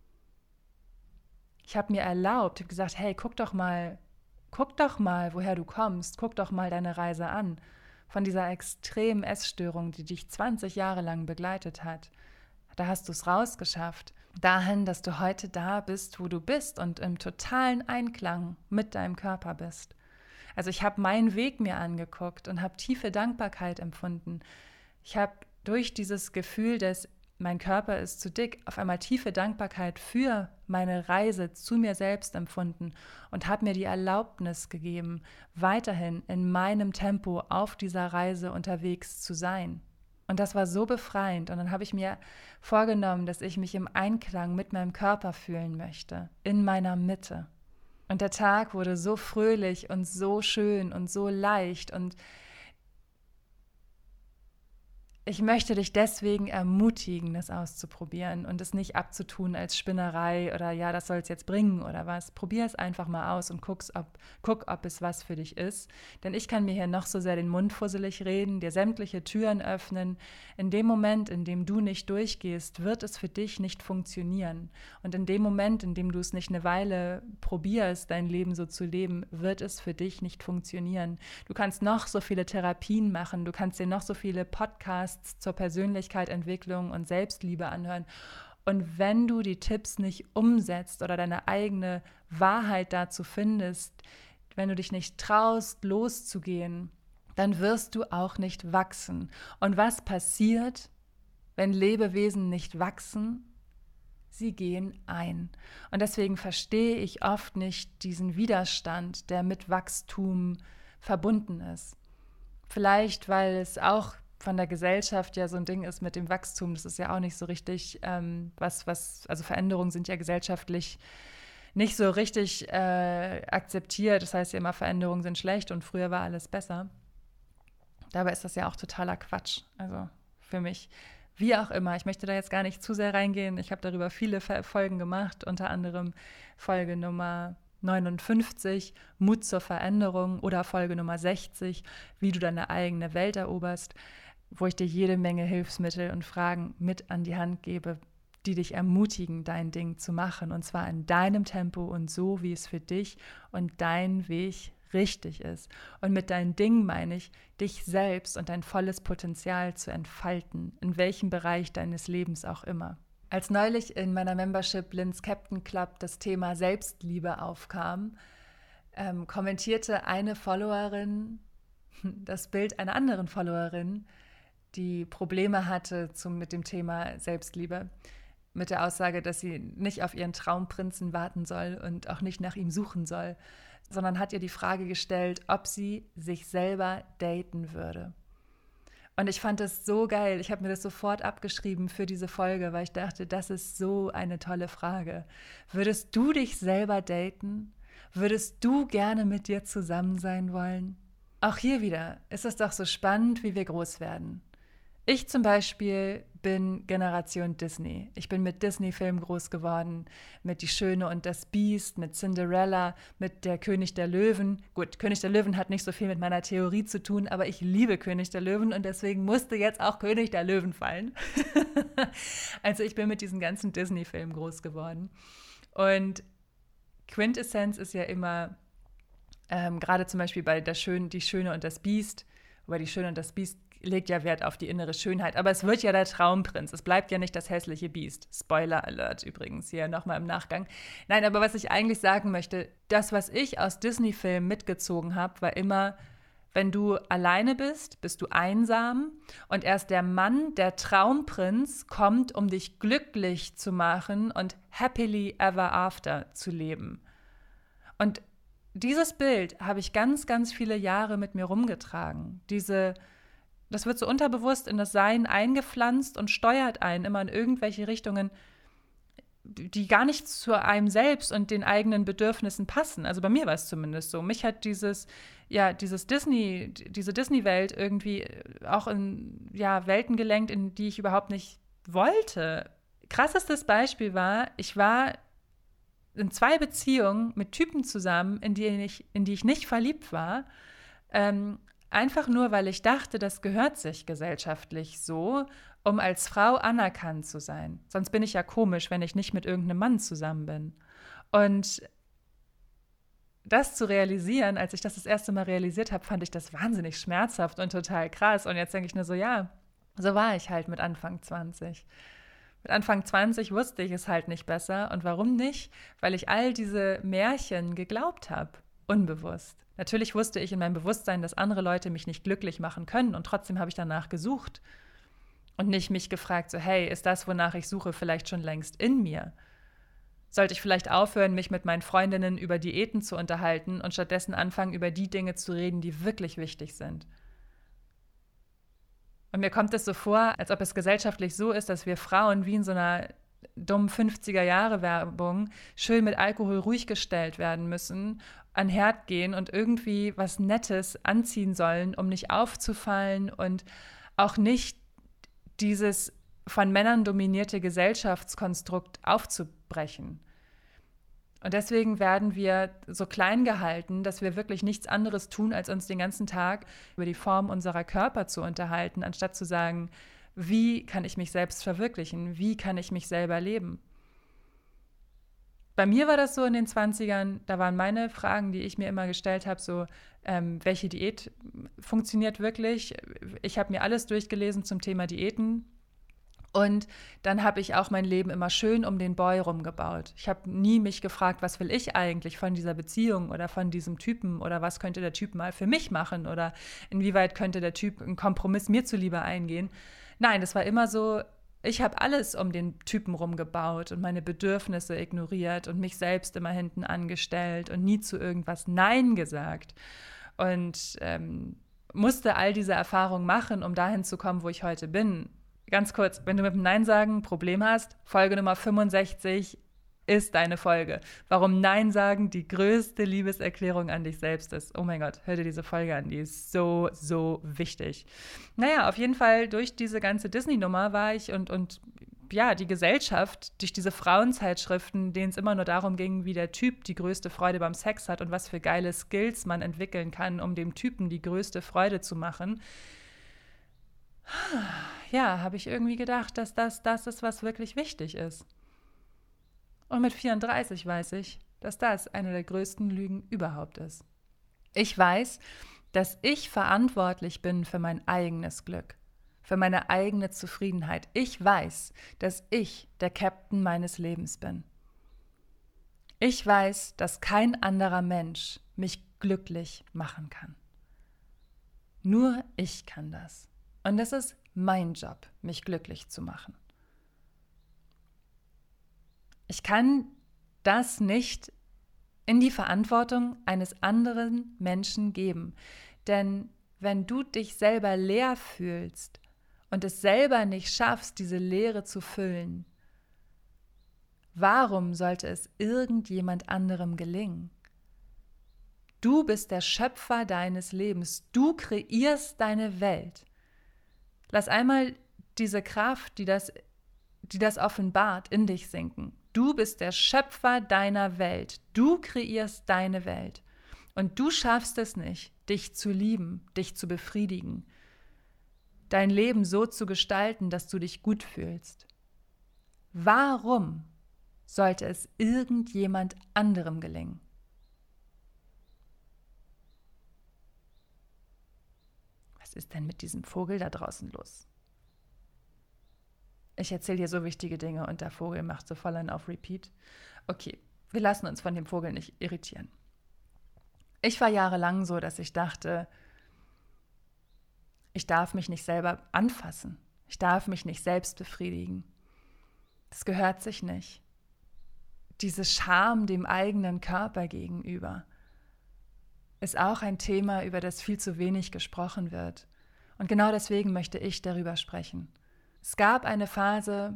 S1: Ich habe mir erlaubt, ich habe gesagt, hey, guck doch mal, woher du kommst. Guck doch mal deine Reise an. Von dieser extremen Essstörung, die dich 20 Jahre lang begleitet hat. Da hast du es rausgeschafft. Dahin, dass du heute da bist, wo du bist und im totalen Einklang mit deinem Körper bist. Also ich habe meinen Weg mir angeguckt und habe tiefe Dankbarkeit empfunden. Ich habe durch dieses Gefühl, dass mein Körper ist zu dick, auf einmal tiefe Dankbarkeit für meine Reise zu mir selbst empfunden und habe mir die Erlaubnis gegeben, weiterhin in meinem Tempo auf dieser Reise unterwegs zu sein. Und das war so befreiend. Und dann habe ich mir vorgenommen, dass ich mich im Einklang mit meinem Körper fühlen möchte, in meiner Mitte. Und der Tag wurde so fröhlich und so schön und so leicht und ich möchte dich deswegen ermutigen, das auszuprobieren und es nicht abzutun als Spinnerei oder ja, das soll es jetzt bringen oder was. Probier es einfach mal aus und guck, ob es was für dich ist. Denn ich kann mir hier noch so sehr den Mund fusselig reden, dir sämtliche Türen öffnen. In dem Moment, in dem du nicht durchgehst, wird es für dich nicht funktionieren. Und in dem Moment, in dem du es nicht eine Weile probierst, dein Leben so zu leben, wird es für dich nicht funktionieren. Du kannst noch so viele Therapien machen, du kannst dir noch so viele Podcasts zur Persönlichkeitsentwicklung und Selbstliebe anhören. Und wenn du die Tipps nicht umsetzt oder deine eigene Wahrheit dazu findest, wenn du dich nicht traust, loszugehen, dann wirst du auch nicht wachsen. Und was passiert, wenn Lebewesen nicht wachsen? Sie gehen ein. Und deswegen verstehe ich oft nicht diesen Widerstand, der mit Wachstum verbunden ist. Vielleicht, weil es auch von der Gesellschaft ja so ein Ding ist mit dem Wachstum, das ist ja auch nicht so richtig, also Veränderungen sind ja gesellschaftlich nicht so richtig akzeptiert. Das heißt ja immer, Veränderungen sind schlecht und früher war alles besser. Dabei ist das ja auch totaler Quatsch. Also für mich, wie auch immer. Ich möchte da jetzt gar nicht zu sehr reingehen. Ich habe darüber viele Folgen gemacht, unter anderem Folge Nummer 59, Mut zur Veränderung, oder Folge Nummer 60, wie du deine eigene Welt eroberst, wo ich dir jede Menge Hilfsmittel und Fragen mit an die Hand gebe, die dich ermutigen, dein Ding zu machen, und zwar in deinem Tempo und so, wie es für dich und dein Weg richtig ist. Und mit deinem Ding meine ich, dich selbst und dein volles Potenzial zu entfalten, in welchem Bereich deines Lebens auch immer. Als neulich in meiner Membership Lynn's Captain Club das Thema Selbstliebe aufkam, kommentierte eine Followerin das Bild einer anderen Followerin, die Probleme hatte mit dem Thema Selbstliebe, mit der Aussage, dass sie nicht auf ihren Traumprinzen warten soll und auch nicht nach ihm suchen soll, sondern hat ihr die Frage gestellt, ob sie sich selber daten würde. Und ich fand das so geil. Ich habe mir das sofort abgeschrieben für diese Folge, weil ich dachte, das ist so eine tolle Frage. Würdest du dich selber daten? Würdest du gerne mit dir zusammen sein wollen? Auch hier wieder ist es doch so spannend, wie wir groß werden. Ich zum Beispiel bin Generation Disney. Ich bin mit Disney-Filmen groß geworden, mit Die Schöne und das Biest, mit Cinderella, mit der König der Löwen. Gut, König der Löwen hat nicht so viel mit meiner Theorie zu tun, aber ich liebe König der Löwen und deswegen musste jetzt auch König der Löwen fallen. Also ich bin mit diesen ganzen Disney-Filmen groß geworden. Und Quintessenz ist ja immer, gerade zum Beispiel bei Die Schöne und das Biest, wobei Die Schöne und das Biest legt ja Wert auf die innere Schönheit, aber es wird ja der Traumprinz, es bleibt ja nicht das hässliche Biest. Spoiler Alert übrigens hier nochmal im Nachgang. Nein, aber was ich eigentlich sagen möchte, das, was ich aus Disney-Filmen mitgezogen habe, war immer, wenn du alleine bist, bist du einsam und erst der Mann, der Traumprinz, kommt, um dich glücklich zu machen und happily ever after zu leben. Und dieses Bild habe ich ganz, ganz viele Jahre mit mir rumgetragen. Das wird so unterbewusst in das Sein eingepflanzt und steuert einen immer in irgendwelche Richtungen, die gar nicht zu einem selbst und den eigenen Bedürfnissen passen. Also bei mir war es zumindest so. Mich hat diese Disney-Welt irgendwie auch in Welten gelenkt, in die ich überhaupt nicht wollte. Krassestes Beispiel war, ich war in 2 Beziehungen mit Typen zusammen, in die ich nicht verliebt war, einfach nur, weil ich dachte, das gehört sich gesellschaftlich so, um als Frau anerkannt zu sein. Sonst bin ich ja komisch, wenn ich nicht mit irgendeinem Mann zusammen bin. Und das zu realisieren, als ich das erste Mal realisiert habe, fand ich das wahnsinnig schmerzhaft und total krass. Und jetzt denke ich nur so, ja, so war ich halt mit Anfang 20. Mit Anfang 20 wusste ich es halt nicht besser. Und warum nicht? Weil ich all diese Märchen geglaubt habe, unbewusst. Natürlich wusste ich in meinem Bewusstsein, dass andere Leute mich nicht glücklich machen können und trotzdem habe ich danach gesucht und nicht mich gefragt, so hey, ist das, wonach ich suche, vielleicht schon längst in mir? Sollte ich vielleicht aufhören, mich mit meinen Freundinnen über Diäten zu unterhalten und stattdessen anfangen, über die Dinge zu reden, die wirklich wichtig sind? Und mir kommt es so vor, als ob es gesellschaftlich so ist, dass wir Frauen wie in so einer dummen 50er-Jahre-Werbung schön mit Alkohol ruhig gestellt werden müssen, an Herd gehen und irgendwie was Nettes anziehen sollen, um nicht aufzufallen und auch nicht dieses von Männern dominierte Gesellschaftskonstrukt aufzubrechen. Und deswegen werden wir so klein gehalten, dass wir wirklich nichts anderes tun, als uns den ganzen Tag über die Form unserer Körper zu unterhalten, anstatt zu sagen, wie kann ich mich selbst verwirklichen? Wie kann ich mich selber leben? Bei mir war das so in den 20ern, da waren meine Fragen, die ich mir immer gestellt habe, so, welche Diät funktioniert wirklich? Ich habe mir alles durchgelesen zum Thema Diäten. Und dann habe ich auch mein Leben immer schön um den Boy rumgebaut. Ich habe nie mich gefragt, was will ich eigentlich von dieser Beziehung oder von diesem Typen oder was könnte der Typ mal für mich machen oder inwieweit könnte der Typ einen Kompromiss mir zuliebe eingehen. Nein, das war immer so, ich habe alles um den Typen rumgebaut und meine Bedürfnisse ignoriert und mich selbst immer hinten angestellt und nie zu irgendwas Nein gesagt. Und musste all diese Erfahrungen machen, um dahin zu kommen, wo ich heute bin. Ganz kurz, wenn du mit dem Nein sagen ein Problem hast, Folge Nummer 65 ist deine Folge. Warum Nein sagen die größte Liebeserklärung an dich selbst ist. Oh mein Gott, hör dir diese Folge an, die ist so, so wichtig. Naja, auf jeden Fall durch diese ganze Disney-Nummer war ich und ja, die Gesellschaft, durch diese Frauenzeitschriften, denen es immer nur darum ging, wie der Typ die größte Freude beim Sex hat und was für geile Skills man entwickeln kann, um dem Typen die größte Freude zu machen. Ja, habe ich irgendwie gedacht, dass das ist, was wirklich wichtig ist. Und mit 34 weiß ich, dass das eine der größten Lügen überhaupt ist. Ich weiß, dass ich verantwortlich bin für mein eigenes Glück, für meine eigene Zufriedenheit. Ich weiß, dass ich der Captain meines Lebens bin. Ich weiß, dass kein anderer Mensch mich glücklich machen kann. Nur ich kann das. Und es ist mein Job, mich glücklich zu machen. Ich kann das nicht in die Verantwortung eines anderen Menschen geben. Denn wenn du dich selber leer fühlst und es selber nicht schaffst, diese Leere zu füllen, warum sollte es irgendjemand anderem gelingen? Du bist der Schöpfer deines Lebens. Du kreierst deine Welt. Lass einmal diese Kraft, die das offenbart, in dich sinken. Du bist der Schöpfer deiner Welt. Du kreierst deine Welt. Und du schaffst es nicht, dich zu lieben, dich zu befriedigen, dein Leben so zu gestalten, dass du dich gut fühlst. Warum sollte es irgendjemand anderem gelingen? Was ist denn mit diesem Vogel da draußen los? Ich erzähle dir so wichtige Dinge und der Vogel macht so voll einen auf Repeat. Okay, wir lassen uns von dem Vogel nicht irritieren. Ich war jahrelang so, dass ich dachte, ich darf mich nicht selber anfassen. Ich darf mich nicht selbst befriedigen. Das gehört sich nicht. Diese Scham dem eigenen Körper gegenüber ist auch ein Thema, über das viel zu wenig gesprochen wird. Und genau deswegen möchte ich darüber sprechen. Es gab eine Phase,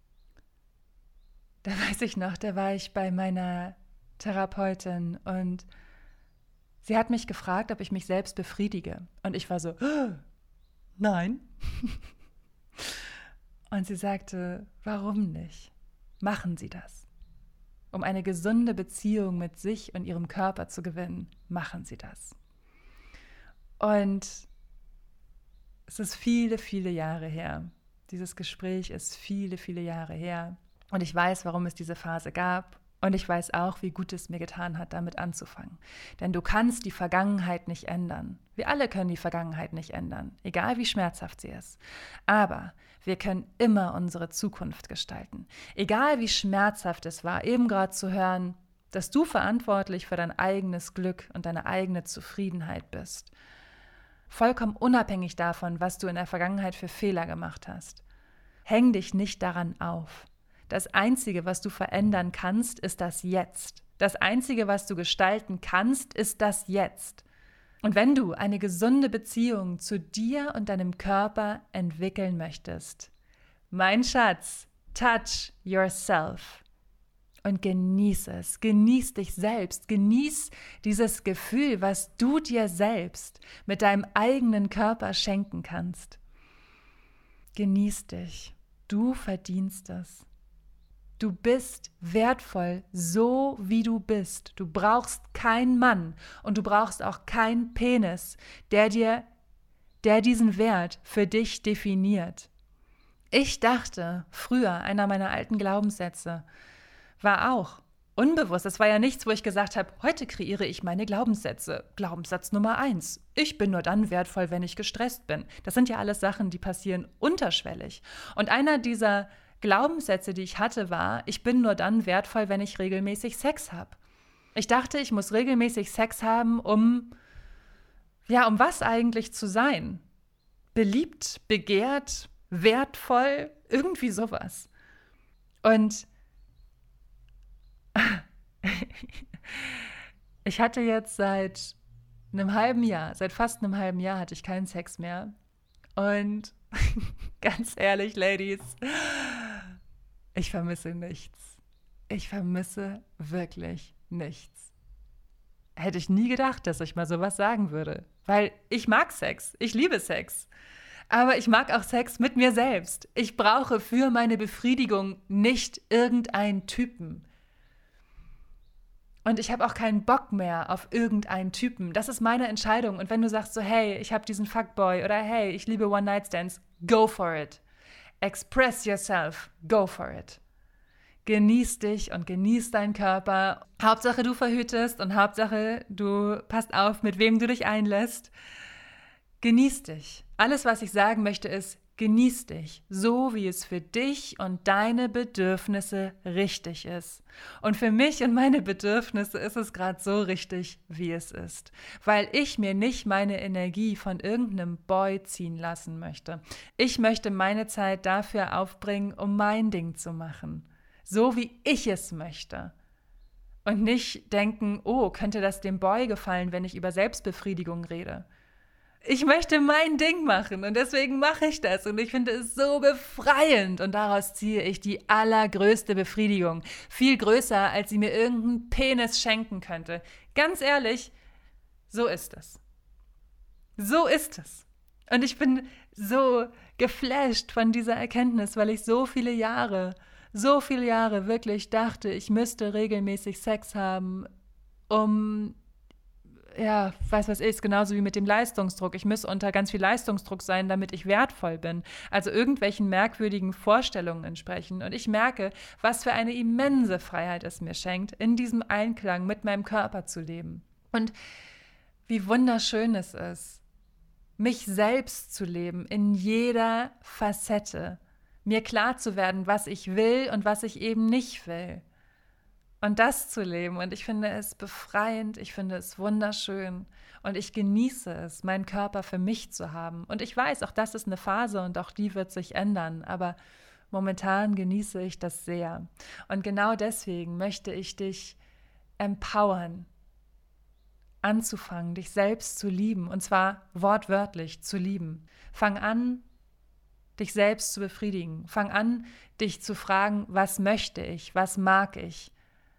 S1: da weiß ich noch, da war ich bei meiner Therapeutin und sie hat mich gefragt, ob ich mich selbst befriedige. Und ich war so, nein. Und sie sagte, warum nicht? Machen Sie das. Um eine gesunde Beziehung mit sich und Ihrem Körper zu gewinnen, machen Sie das. Und es ist viele, viele Jahre her. Dieses Gespräch ist viele, viele Jahre her. Und ich weiß, warum es diese Phase gab. Und ich weiß auch, wie gut es mir getan hat, damit anzufangen. Denn du kannst die Vergangenheit nicht ändern. Wir alle können die Vergangenheit nicht ändern, egal wie schmerzhaft sie ist. Aber wir können immer unsere Zukunft gestalten. Egal wie schmerzhaft es war, eben gerade zu hören, dass du verantwortlich für dein eigenes Glück und deine eigene Zufriedenheit bist. Vollkommen unabhängig davon, was du in der Vergangenheit für Fehler gemacht hast. Häng dich nicht daran auf. Das Einzige, was du verändern kannst, ist das Jetzt. Das Einzige, was du gestalten kannst, ist das Jetzt. Und wenn du eine gesunde Beziehung zu dir und deinem Körper entwickeln möchtest, mein Schatz, touch yourself und genieß es. Genieß dich selbst. Genieß dieses Gefühl, was du dir selbst mit deinem eigenen Körper schenken kannst. Genieß dich. Du verdienst es. Du bist wertvoll, so wie du bist. Du brauchst keinen Mann und du brauchst auch keinen Penis, der diesen Wert für dich definiert. Ich dachte früher, einer meiner alten Glaubenssätze war auch unbewusst. Das war ja nichts, wo ich gesagt habe, heute kreiere ich meine Glaubenssätze. Glaubenssatz Nummer 1. Ich bin nur dann wertvoll, wenn ich gestresst bin. Das sind ja alles Sachen, die passieren unterschwellig. Und einer dieser Glaubenssätze, die ich hatte, war, ich bin nur dann wertvoll, wenn ich regelmäßig Sex habe. Ich dachte, ich muss regelmäßig Sex haben, um was eigentlich zu sein? Beliebt, begehrt, wertvoll, irgendwie sowas. Und ich hatte jetzt seit fast einem halben Jahr hatte ich keinen Sex mehr. Und ganz ehrlich, Ladies, ich vermisse nichts. ich vermisse wirklich nichts. Hätte ich nie gedacht, dass ich mal sowas sagen würde. Weil ich mag Sex, ich liebe Sex. Aber ich mag auch Sex mit mir selbst. Ich brauche für meine Befriedigung nicht irgendeinen Typen. Und ich habe auch keinen Bock mehr auf irgendeinen Typen. Das ist meine Entscheidung. Und wenn du sagst so, hey, ich habe diesen Fuckboy oder hey, ich liebe One-Night-Stands, go for it. Express yourself, go for it. Genieß dich und genieß deinen Körper. Hauptsache du verhütest und Hauptsache du passt auf, mit wem du dich einlässt. Genieß dich. Alles, was ich sagen möchte, ist, genieß dich, so wie es für dich und deine Bedürfnisse richtig ist. Und für mich und meine Bedürfnisse ist es gerade so richtig, wie es ist. Weil ich mir nicht meine Energie von irgendeinem Boy ziehen lassen möchte. Ich möchte meine Zeit dafür aufbringen, um mein Ding zu machen. So wie ich es möchte. Und nicht denken, oh, könnte das dem Boy gefallen, wenn ich über Selbstbefriedigung rede. Ich möchte mein Ding machen und deswegen mache ich das und ich finde es so befreiend und daraus ziehe ich die allergrößte Befriedigung. Viel größer, als sie mir irgendein Penis schenken könnte. Ganz ehrlich, so ist es. So ist es. Und ich bin so geflasht von dieser Erkenntnis, weil ich so viele Jahre wirklich dachte, ich müsste regelmäßig Sex haben, um weiß was ist, genauso wie mit dem Leistungsdruck. Ich muss unter ganz viel Leistungsdruck sein, damit ich wertvoll bin. Also irgendwelchen merkwürdigen Vorstellungen entsprechen. Und ich merke, was für eine immense Freiheit es mir schenkt, in diesem Einklang mit meinem Körper zu leben. Und wie wunderschön es ist, mich selbst zu leben in jeder Facette. Mir klar zu werden, was ich will und was ich eben nicht will. Und das zu leben. Und ich finde es befreiend, ich finde es wunderschön. Und ich genieße es, meinen Körper für mich zu haben. Und ich weiß, auch das ist eine Phase und auch die wird sich ändern. Aber momentan genieße ich das sehr. Und genau deswegen möchte ich dich empowern, anzufangen, dich selbst zu lieben. Und zwar wortwörtlich zu lieben. Fang an, dich selbst zu befriedigen. Fang an, dich zu fragen, was möchte ich, was mag ich.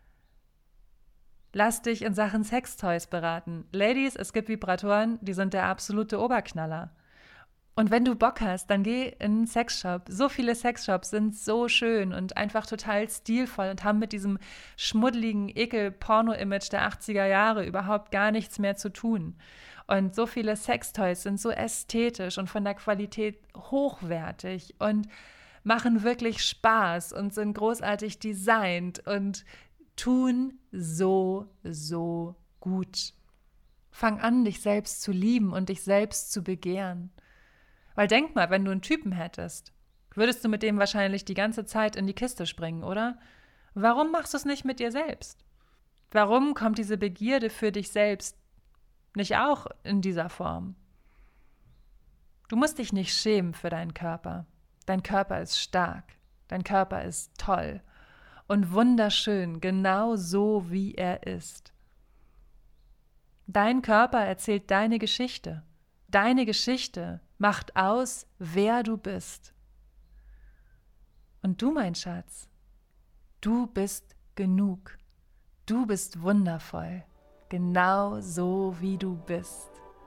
S1: Lass dich in Sachen Sextoys beraten. Ladies, es gibt Vibratoren, die sind der absolute Oberknaller. Und wenn du Bock hast, dann geh in einen Sexshop. So viele Sexshops sind so schön und einfach total stilvoll und haben mit diesem schmuddeligen Ekel-Porno-Image der 80er Jahre überhaupt gar nichts mehr zu tun. Und so viele Sextoys sind so ästhetisch und von der Qualität hochwertig und machen wirklich Spaß und sind großartig designt und tun so gut. Fang an, dich selbst zu lieben und dich selbst zu begehren. Weil denk mal, wenn du einen Typen hättest, würdest du mit dem wahrscheinlich die ganze Zeit in die Kiste springen, oder? Warum machst du es nicht mit dir selbst? Warum kommt diese Begierde für dich selbst nicht auch in dieser Form? Du musst dich nicht schämen für deinen Körper. Dein Körper ist stark. Dein Körper ist toll. Und wunderschön, genau so, wie er ist. Dein Körper erzählt deine Geschichte. Deine Geschichte macht aus, wer du bist. Und du, mein Schatz, du bist genug. Du bist wundervoll, genau so, wie du bist.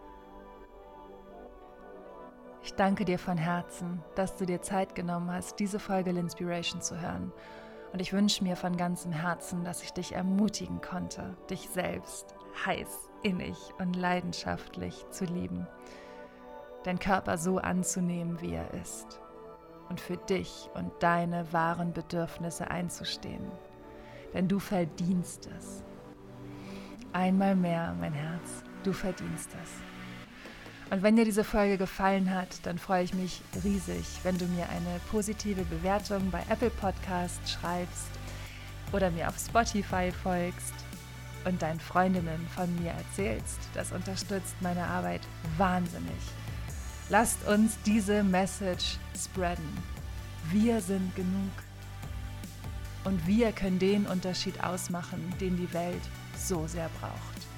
S1: Ich danke dir von Herzen, dass du dir Zeit genommen hast, diese Folge Linspiration zu hören. Und ich wünsche mir von ganzem Herzen, dass ich dich ermutigen konnte, dich selbst heiß, innig und leidenschaftlich zu lieben. Deinen Körper so anzunehmen, wie er ist. Und für dich und deine wahren Bedürfnisse einzustehen. Denn du verdienst es. Einmal mehr, mein Herz, du verdienst es. Und wenn dir diese Folge gefallen hat, dann freue ich mich riesig, wenn du mir eine positive Bewertung bei Apple Podcast schreibst oder mir auf Spotify folgst und deinen Freundinnen von mir erzählst. Das unterstützt meine Arbeit wahnsinnig. Lasst uns diese Message spreaden. Wir sind genug. Und wir können den Unterschied ausmachen, den die Welt so sehr braucht.